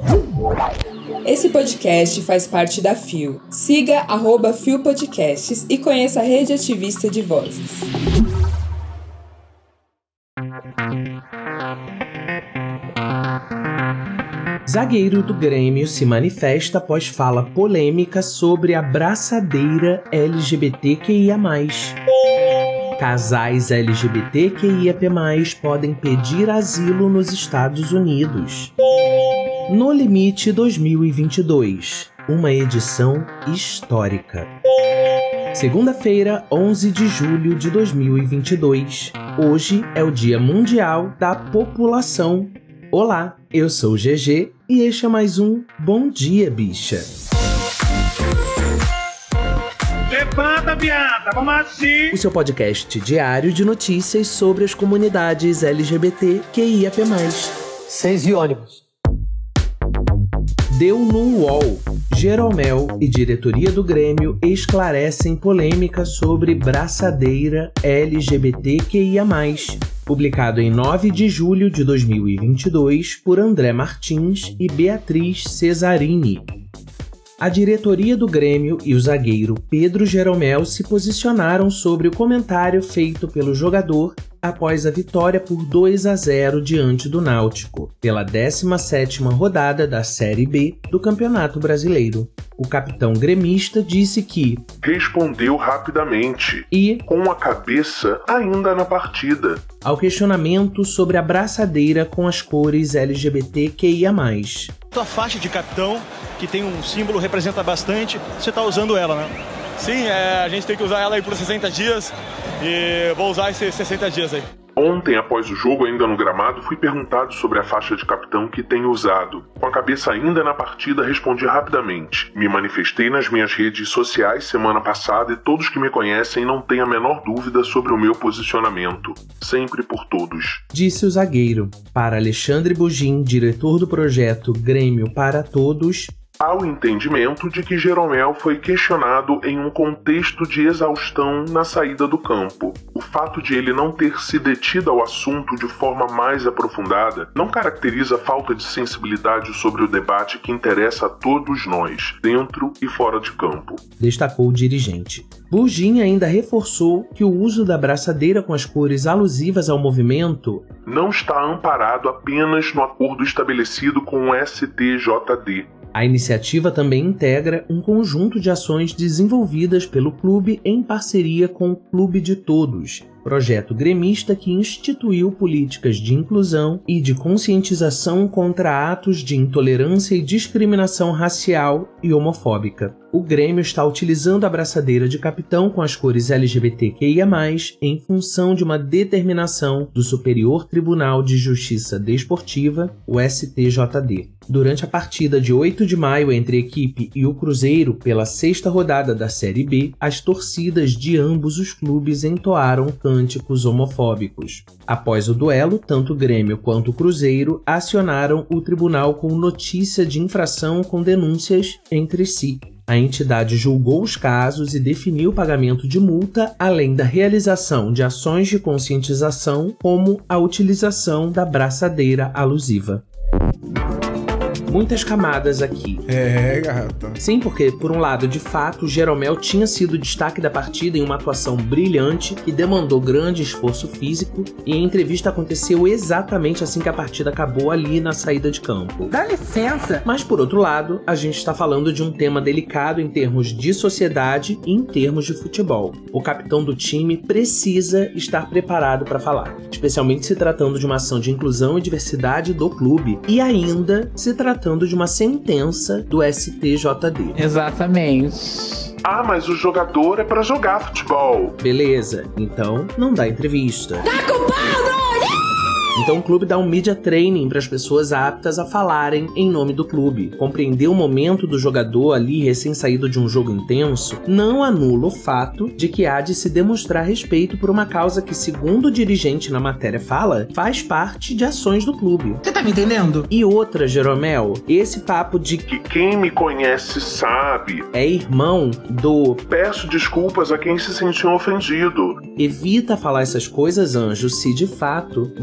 Esse podcast faz parte da FIO. Siga @FIO Podcasts e conheça a rede ativista de vozes. Zagueiro do Grêmio se manifesta após fala polêmica sobre a braçadeira LGBTQIA+. Casais LGBTQIAP+, podem pedir asilo nos Estados Unidos. No Limite 2022, uma edição histórica. Segunda-feira, 11 de julho de 2022. Hoje é o Dia Mundial da População. Olá, eu sou o GG e este é mais um Bom Dia, Bicha. Levanta, viada, vamos assim! O seu podcast diário de notícias sobre as comunidades LGBTQIAP+. 6 e ônibus. Deu no UOL. Jeromel e diretoria do Grêmio esclarecem polêmica sobre braçadeira LGBTQIA+, publicado em 9 de julho de 2022 por André Martins e Beatriz Cesarini. A diretoria do Grêmio e o zagueiro Pedro Jeromel se posicionaram sobre o comentário feito pelo jogador após a vitória por 2-0 diante do Náutico, pela 17ª rodada da Série B do Campeonato Brasileiro. O capitão gremista disse que respondeu rapidamente e com a cabeça ainda na partida ao questionamento sobre a braçadeira com as cores LGBTQIA+. Tua faixa de capitão, que tem um símbolo, representa bastante, você está usando ela, né? Sim, a gente tem que usar ela aí por 60 dias e vou usar esses 60 dias aí. Ontem, após o jogo, ainda no gramado, fui perguntado sobre a faixa de capitão que tenho usado. Com a cabeça ainda na partida, respondi rapidamente. Me manifestei nas minhas redes sociais semana passada e todos que me conhecem não têm a menor dúvida sobre o meu posicionamento. Sempre por todos. Disse o zagueiro. Para Alexandre Bugin, diretor do projeto Grêmio para Todos, há o entendimento de que Jeromel foi questionado em um contexto de exaustão na saída do campo. O fato de ele não ter se detido ao assunto de forma mais aprofundada não caracteriza falta de sensibilidade sobre o debate que interessa a todos nós, dentro e fora de campo, destacou o dirigente. Bugin ainda reforçou que o uso da braçadeira com as cores alusivas ao movimento não está amparado apenas no acordo estabelecido com o STJD. A iniciativa também integra um conjunto de ações desenvolvidas pelo clube em parceria com o Clube de Todos, projeto gremista que instituiu políticas de inclusão e de conscientização contra atos de intolerância e discriminação racial e homofóbica. O Grêmio está utilizando a braçadeira de capitão com as cores LGBTQIA+, em função de uma determinação do Superior Tribunal de Justiça Desportiva, o STJD. Durante a partida de 8 de maio entre a equipe e o Cruzeiro pela 6ª rodada da Série B, as torcidas de ambos os clubes entoaram cânticos homofóbicos. Após o duelo, tanto o Grêmio quanto o Cruzeiro acionaram o tribunal com notícia de infração com denúncias entre si. A entidade julgou os casos e definiu o pagamento de multa, além da realização de ações de conscientização, como a utilização da braçadeira alusiva. Muitas camadas aqui. Gata. Sim, porque, por um lado, de fato, o Jeromel tinha sido o destaque da partida em uma atuação brilhante que demandou grande esforço físico, e a entrevista aconteceu exatamente assim que a partida acabou, ali na saída de campo. Dá licença! Mas, por outro lado, a gente está falando de um tema delicado em termos de sociedade e em termos de futebol. O capitão do time precisa estar preparado para falar, especialmente se tratando de uma ação de inclusão e diversidade do clube, e ainda se tratando de uma sentença do STJD. Exatamente. Ah, mas o jogador é pra jogar futebol. Beleza, então não dá entrevista. Tá com pau, Então o clube dá um media training para as pessoas aptas a falarem em nome do clube. Compreender o momento do jogador ali recém-saído de um jogo intenso não anula o fato de que há de se demonstrar respeito por uma causa que, segundo o dirigente na matéria fala, faz parte de ações do clube. Você tá me entendendo? E outra, Jeromel, esse papo de que quem me conhece sabe é irmão do peço desculpas a quem se sentiu ofendido. Evita falar essas coisas, Anjo, se de fato você realmente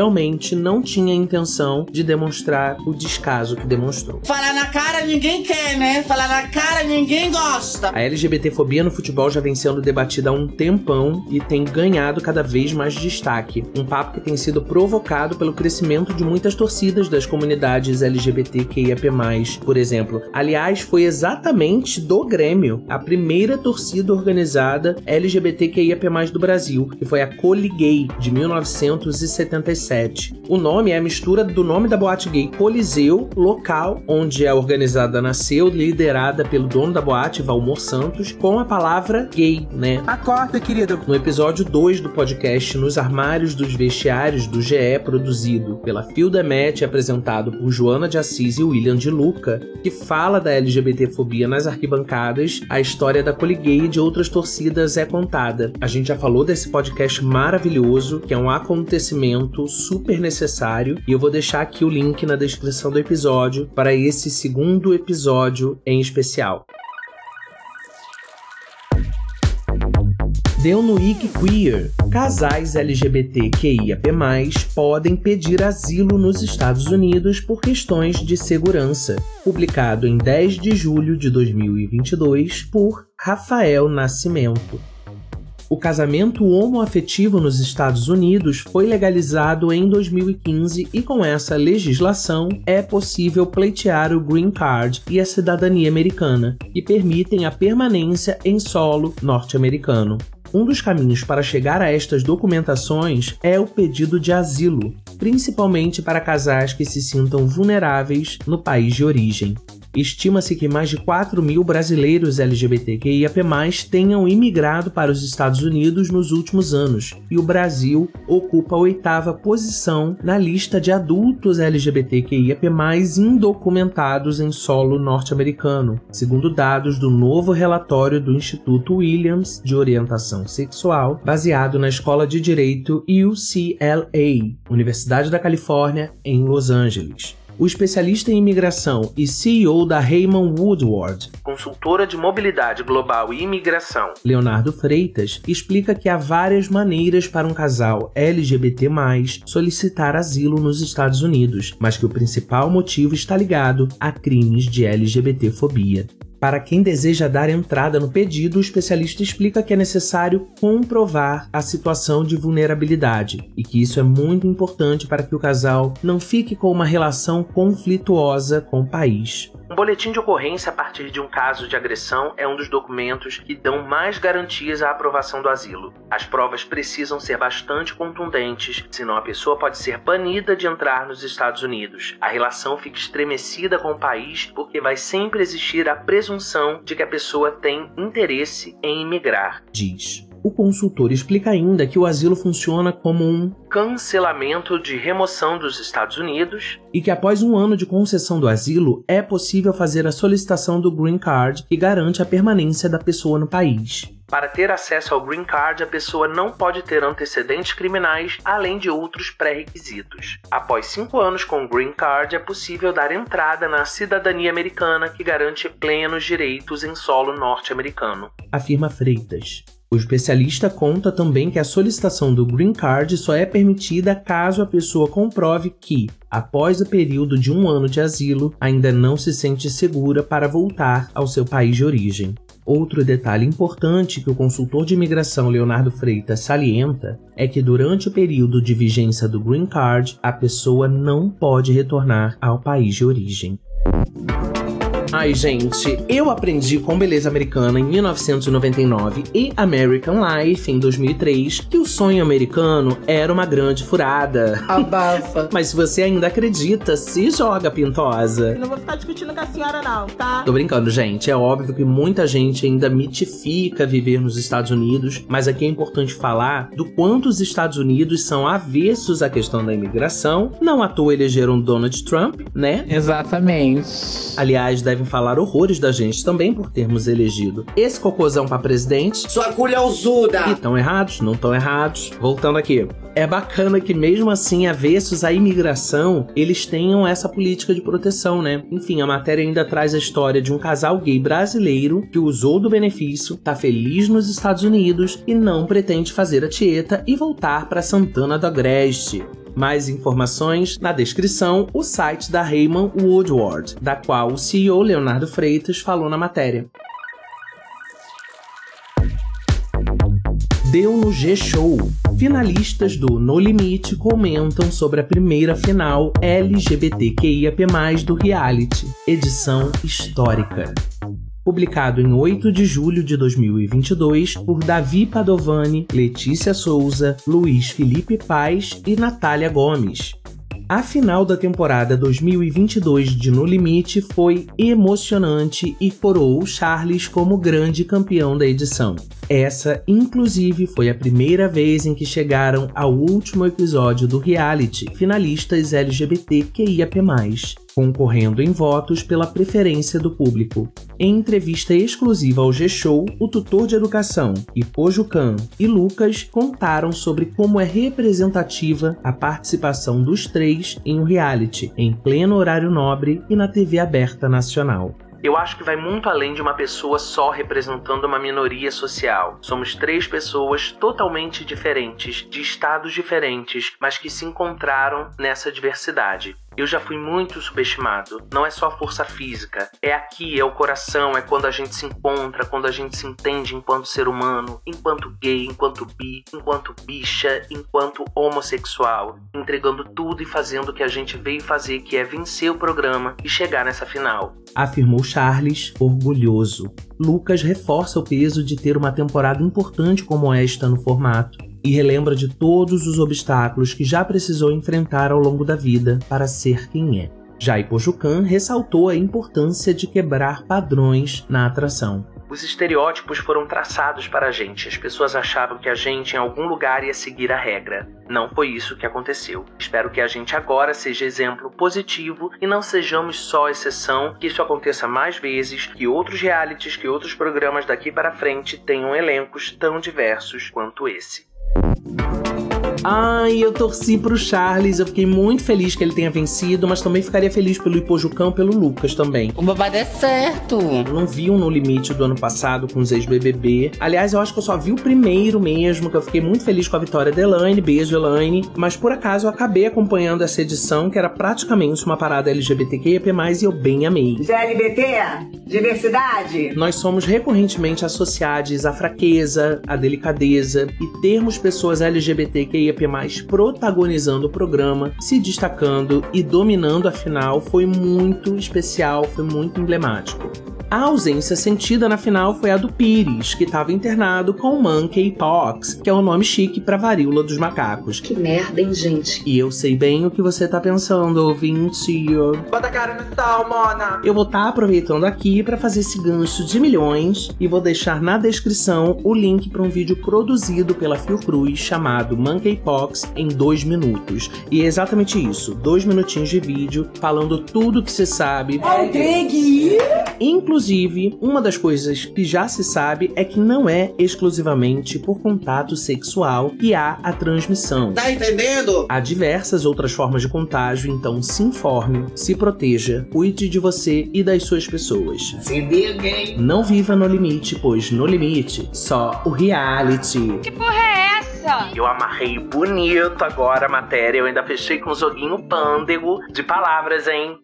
realmente não tinha a intenção de demonstrar o descaso que demonstrou. Falar na cara ninguém quer, né? Falar na cara ninguém gosta. A LGBTfobia no futebol já vem sendo debatida há um tempão e tem ganhado cada vez mais destaque. Um papo que tem sido provocado pelo crescimento de muitas torcidas das comunidades LGBTQIAP+, por exemplo. Aliás, foi exatamente do Grêmio a primeira torcida organizada LGBTQIAP+, do Brasil, que foi a Coliguei, de 1977. O nome é a mistura do nome da boate gay Coliseu, local onde a organizada nasceu, liderada pelo dono da boate, Valmor Santos, com a palavra gay, né? Acorda, querido. No episódio 2 do podcast Nos Armários dos Vestiários do GE, produzido pela Fio Demet e apresentado por Joana de Assis e William de Luca, que fala da LGBTfobia nas arquibancadas, a história da Coliguei e de outras torcidas é contada. A gente já falou desse podcast maravilhoso, que é um acontecimento super necessário, e eu vou deixar aqui o link na descrição do episódio para esse segundo episódio em especial. Deu no Wiki Queer. Casais LGBTQIAP+, podem pedir asilo nos Estados Unidos por questões de segurança. Publicado em 10 de julho de 2022 por Rafael Nascimento. O casamento homoafetivo nos Estados Unidos foi legalizado em 2015 e com essa legislação é possível pleitear o Green Card e a cidadania americana, que permitem a permanência em solo norte-americano. Um dos caminhos para chegar a estas documentações é o pedido de asilo, principalmente para casais que se sintam vulneráveis no país de origem. Estima-se que mais de 4.000 brasileiros LGBTQIAP+, tenham imigrado para os Estados Unidos nos últimos anos, e o Brasil ocupa a 8ª posição na lista de adultos LGBTQIAP+, indocumentados em solo norte-americano, segundo dados do novo relatório do Instituto Williams de Orientação Sexual, baseado na Escola de Direito UCLA, Universidade da Califórnia, em Los Angeles. O especialista em imigração e CEO da Raymond Woodward, consultora de mobilidade global e imigração, Leonardo Freitas, explica que há várias maneiras para um casal LGBT+, solicitar asilo nos Estados Unidos, mas que o principal motivo está ligado a crimes de LGBTfobia. Para quem deseja dar entrada no pedido, o especialista explica que é necessário comprovar a situação de vulnerabilidade e que isso é muito importante para que o casal não fique com uma relação conflituosa com o país. Um boletim de ocorrência a partir de um caso de agressão é um dos documentos que dão mais garantias à aprovação do asilo. As provas precisam ser bastante contundentes, senão a pessoa pode ser banida de entrar nos Estados Unidos. A relação fica estremecida com o país porque vai sempre existir a presunção de que a pessoa tem interesse em imigrar, diz. O consultor explica ainda que o asilo funciona como um cancelamento de remoção dos Estados Unidos e que após um ano de concessão do asilo é possível fazer a solicitação do Green Card, que garante a permanência da pessoa no país. Para ter acesso ao Green Card, a pessoa não pode ter antecedentes criminais, além de outros pré-requisitos. Após 5 anos com o Green Card, é possível dar entrada na cidadania americana, que garante plenos direitos em solo norte-americano, afirma Freitas. O especialista conta também que a solicitação do Green Card só é permitida caso a pessoa comprove que, após o período de 1 ano de asilo, ainda não se sente segura para voltar ao seu país de origem. Outro detalhe importante que o consultor de imigração Leonardo Freitas salienta é que durante o período de vigência do Green Card, a pessoa não pode retornar ao país de origem. Ai, gente, eu aprendi com Beleza Americana em 1999 e American Life em 2003 que o sonho americano era uma grande furada. Abafa. Mas se você ainda acredita, se joga, pintosa. Não vou ficar discutindo com a senhora não, tá? Tô brincando, gente. É óbvio que muita gente ainda mitifica viver nos Estados Unidos, mas aqui é importante falar do quanto os Estados Unidos são avessos à questão da imigração. Não à toa elegeram Donald Trump, né? Exatamente. Aliás, devem falar horrores da gente também por termos elegido esse cocôzão pra presidente. Sua culhãozuda! E tão errados? Não tão errados. Voltando aqui. É bacana que mesmo assim, avessos à imigração, eles tenham essa política de proteção, né? Enfim, a matéria ainda traz a história de um casal gay brasileiro que usou do benefício, tá feliz nos Estados Unidos e não pretende fazer a tieta e voltar pra Santana do Agreste. Mais informações na descrição, o site da Raymond Woodward, da qual o CEO Leonardo Freitas falou na matéria. Deu no G-Show. Finalistas do No Limite comentam sobre a primeira final LGBTQIAP+, do reality, edição histórica. Publicado em 8 de julho de 2022 por Davi Padovani, Letícia Souza, Luiz Felipe Paz e Natália Gomes. A final da temporada 2022 de No Limite foi emocionante e coroou Charles como grande campeão da edição. Essa, inclusive, foi a primeira vez em que chegaram ao último episódio do reality finalistas LGBTQIAP+, concorrendo em votos pela preferência do público. Em entrevista exclusiva ao G-Show, o tutor de educação, Ipojucan e Lucas contaram sobre como é representativa a participação dos três em um reality, em pleno horário nobre e na TV aberta nacional. Eu acho que vai muito além de uma pessoa só representando uma minoria social. Somos três pessoas totalmente diferentes, de estados diferentes, mas que se encontraram nessa diversidade. Eu já fui muito subestimado. Não é só a força física. É aqui, é o coração, é quando a gente se encontra, quando a gente se entende enquanto ser humano, enquanto gay, enquanto bi, enquanto bicha, enquanto homossexual, entregando tudo e fazendo o que a gente veio fazer, que é vencer o programa e chegar nessa final. Afirmou Charles, orgulhoso. Lucas reforça o peso de ter uma temporada importante como esta no formato e relembra de todos os obstáculos que já precisou enfrentar ao longo da vida para ser quem é. Já Ipojucan ressaltou a importância de quebrar padrões na atração. Os estereótipos foram traçados para a gente. As pessoas achavam que a gente em algum lugar ia seguir a regra. Não foi isso que aconteceu. Espero que a gente agora seja exemplo positivo e não sejamos só exceção, que isso aconteça mais vezes, que outros realities, que outros programas daqui para frente tenham elencos tão diversos quanto esse. Ai, eu torci pro Charles, eu fiquei muito feliz que ele tenha vencido, mas também ficaria feliz pelo Ipojucan e pelo Lucas também. O babado é certo. Eu não vi o No Limite do ano passado com os ex-BBB. Aliás, eu acho que eu só vi o primeiro mesmo, que eu fiquei muito feliz com a vitória da Elaine, beijo Elaine. Mas por acaso eu acabei acompanhando essa edição, que era praticamente uma parada LGBTQIAP+, e eu bem amei. LGBT, diversidade. Nós somos recorrentemente associados à fraqueza, à delicadeza, e termos pessoas LGBTQIAP+, protagonizando o programa, se destacando e dominando a final foi muito especial, foi muito emblemático. A ausência sentida na final foi a do Pires, que estava internado com monkeypox, que é um nome chique para varíola dos macacos. Que merda, hein, gente? E eu sei bem o que você tá pensando, ouvinte. Bota a cara no sal, mona! Eu vou estar aproveitando aqui para fazer esse gancho de milhões e vou deixar na descrição o link para um vídeo produzido pela Fiocruz chamado Monkeypox em 2 minutos. E é exatamente isso, 2 minutinhos de vídeo falando tudo que você sabe. Inclusive, uma das coisas que já se sabe é que não é exclusivamente por contato sexual que há a transmissão. Tá entendendo? Há diversas outras formas de contágio, então se informe, se proteja, cuide de você e das suas pessoas. Se liga, hein? Não viva no limite, pois no limite, só o reality. Que porra é essa? Eu amarrei bonito agora a matéria, eu ainda fechei com um joguinho pândego de palavras, hein?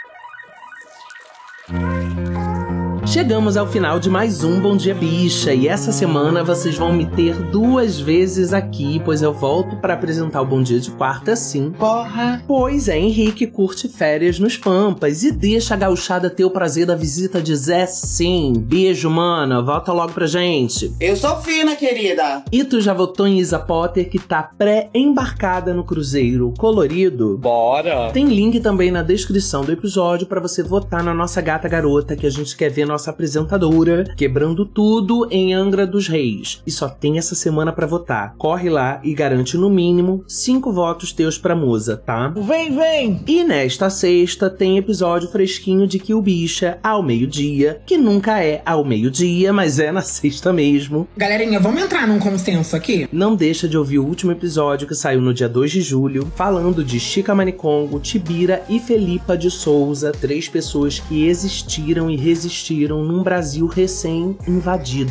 Chegamos ao final de mais um Bom Dia Bicha e essa semana vocês vão me ter 2 vezes aqui, pois eu volto para apresentar o Bom Dia de quarta sim. Porra! Pois é, Henrique curte férias nos Pampas e deixa a gauchada ter o prazer da visita de Zé sim. Beijo, mana, volta logo pra gente. Eu sou fina, querida. E tu já votou em Isa Potter, que tá pré-embarcada no cruzeiro colorido? Bora! Tem link também na descrição do episódio para você votar na nossa gata garota, que a gente quer ver nossa apresentadora quebrando tudo em Angra dos Reis. E só tem essa semana pra votar. Corre lá e garante no mínimo 5 votos teus pra musa, tá? Vem, vem! E nesta sexta tem episódio fresquinho de Kill Bicha ao meio-dia, que nunca é ao meio-dia, mas é na sexta mesmo. Galerinha, vamos entrar num consenso aqui? Não deixa de ouvir o último episódio que saiu no dia 2 de julho, falando de Chica Manicongo, Tibira e Felipa de Souza, 3 pessoas que existiram e resistiram num Brasil recém-invadido.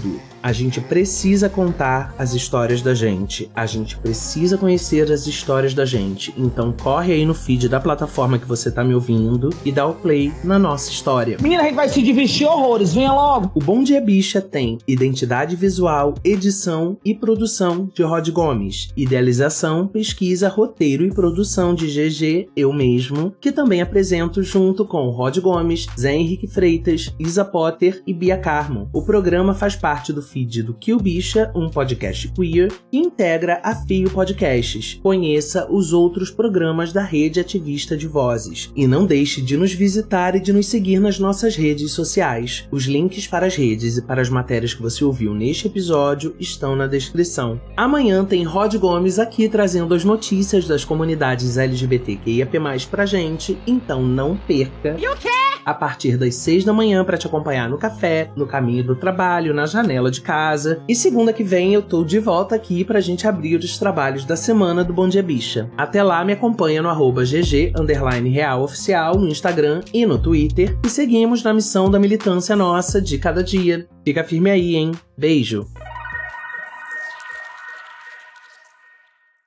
A gente precisa contar as histórias da gente. A gente precisa conhecer as histórias da gente. Então corre aí no feed da plataforma que você tá me ouvindo e dá o play na nossa história. Menina, a gente vai se divertir horrores, venha logo. O Bom Dia Bicha tem identidade visual, edição e produção de Rod Gomes. Idealização, pesquisa, roteiro e produção de GG, eu mesmo, que também apresento junto com Rod Gomes, Zé Henrique Freitas, Isa Potter e Bia Carmo. O programa faz parte do feed do Kill Bicha, um podcast queer, que integra a Fio Podcasts. Conheça os outros programas da rede ativista de vozes. E não deixe de nos visitar e de nos seguir nas nossas redes sociais. Os links para as redes e para as matérias que você ouviu neste episódio estão na descrição. Amanhã tem Rod Gomes aqui trazendo as notícias das comunidades LGBTQIAP+, pra gente, então não perca. E o quê? A partir das 6 da manhã para te acompanhar no café, no caminho do trabalho, na janela de casa. E segunda que vem eu tô de volta aqui pra gente abrir os trabalhos da semana do Bom Dia Bicha. Até lá, me acompanha no @GG_RealOficial no Instagram e no Twitter. E seguimos na missão da militância nossa de cada dia. Fica firme aí, hein? Beijo!